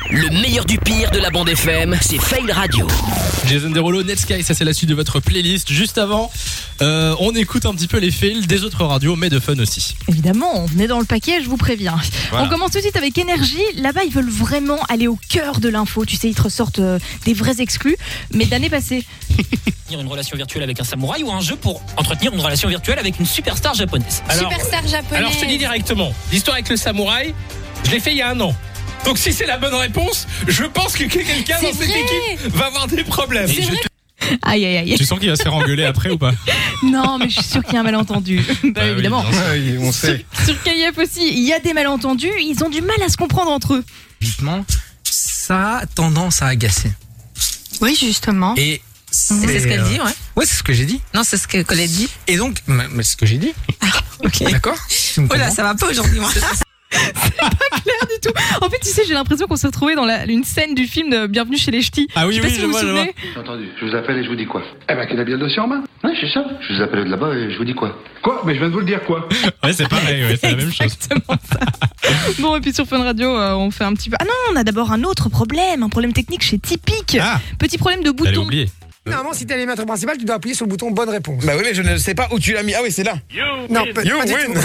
Le meilleur du pire de la bande FM, c'est Fail Radio. Jason Derulo, Netsky, ça c'est la suite de votre playlist. Juste avant, on écoute un petit peu les fails des autres radios, mais de fun aussi. Évidemment, on venait dans le paquet, je vous préviens. Voilà. On commence tout de suite avec Énergie. Là-bas, ils veulent vraiment aller au cœur de l'info. Tu sais, ils te ressortent des vrais exclus, mais d'année passée. Une relation virtuelle avec un samouraï ou un jeu pour entretenir une relation virtuelle avec une superstar japonaise. Superstar japonaise. Alors je te dis directement, l'histoire avec le samouraï, je l'ai fait il y a 1 an. Donc si c'est la bonne réponse, je pense que quelqu'un dans cette équipe va avoir des problèmes. Aïe, aïe, aïe. Tu sens qu'il va se faire engueuler après ou pas? Non, mais je suis sûre qu'il y a un malentendu. Bah, évidemment. Oui, on sait. Sur KIF aussi, il y a des malentendus. Ils ont du mal à se comprendre entre eux. Justement, ça a tendance à agacer. Oui, justement. Et c'est ce qu'elle dit, ouais. Ouais, c'est ce que j'ai dit. Non, c'est ce que Colette dit. Et donc, mais c'est ce que j'ai dit. Ok. D'accord. Oh là, ça va pas aujourd'hui, moi. C'est pas clair du tout. En fait, tu sais, j'ai l'impression qu'on s'est retrouvé dans une scène du film de Bienvenue chez les Ch'tis. Ah oui, je sais pas oui, si je vous vois, vous je vois. souvenez. J'ai entendu. Je vous appelle et je vous dis quoi? Eh ben, qu'il a bien le dossier en main. Ouais, c'est ça. Je vous appelle de là-bas et je vous dis quoi? Quoi? Mais je viens de vous le dire quoi? Ouais, c'est pareil, ouais, c'est la même chose. Exactement ça. Bon, et puis sur Fun Radio, on fait un petit peu. Ah non, on a d'abord un autre problème, un problème technique chez Typique. Ah, Petit problème de t'allais bouton. oublier. Normalement, si t'es l'émetteur principal, tu dois appuyer sur le bouton bonne réponse. Bah oui, mais je ne sais pas où tu l'as mis. Ah oui, c'est là. Non, pas du win. tout.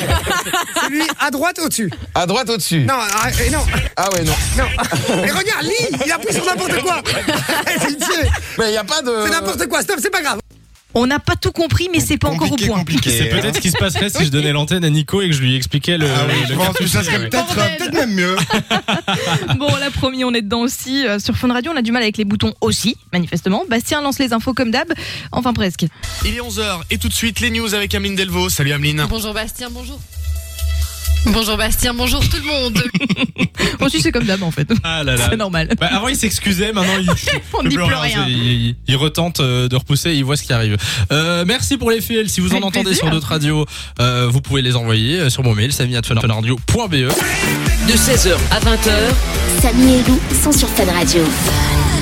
Celui à droite au-dessus. À droite au-dessus. Non, non. Ah ouais, non. Non. Mais regarde, lis, il appuie sur n'importe quoi. Mais il n'y a pas de. C'est n'importe quoi, stop, c'est pas grave. On n'a pas tout compris, mais c'est pas encore au point. C'est peut-être ce qui se passerait si je donnais l'antenne à Nico et que je lui expliquais le. Je pense que ça serait peut-être même mieux. Bon, la promis, on est dedans aussi. Sur Fun Radio, on a du mal avec les boutons aussi, manifestement. Bastien lance les infos comme d'hab. Enfin, presque. Il est 11h et tout de suite les news avec Ameline Delvaux. Salut Ameline. Bonjour Bastien, bonjour. Bonjour Bastien, bonjour tout le monde. Aussi, c'est comme d'hab en fait. Ah là là. C'est normal. Bah, avant il s'excusait, maintenant On ne dit plus rien. Il retente de repousser, il voit ce qui arrive. Merci pour les fails. Si vous en Avec entendez plaisir. sur d'autres radios, vous pouvez les envoyer sur mon mail samy@funradio.be. De 16h à 20h, Samy et Lou sont sur Fun Radio.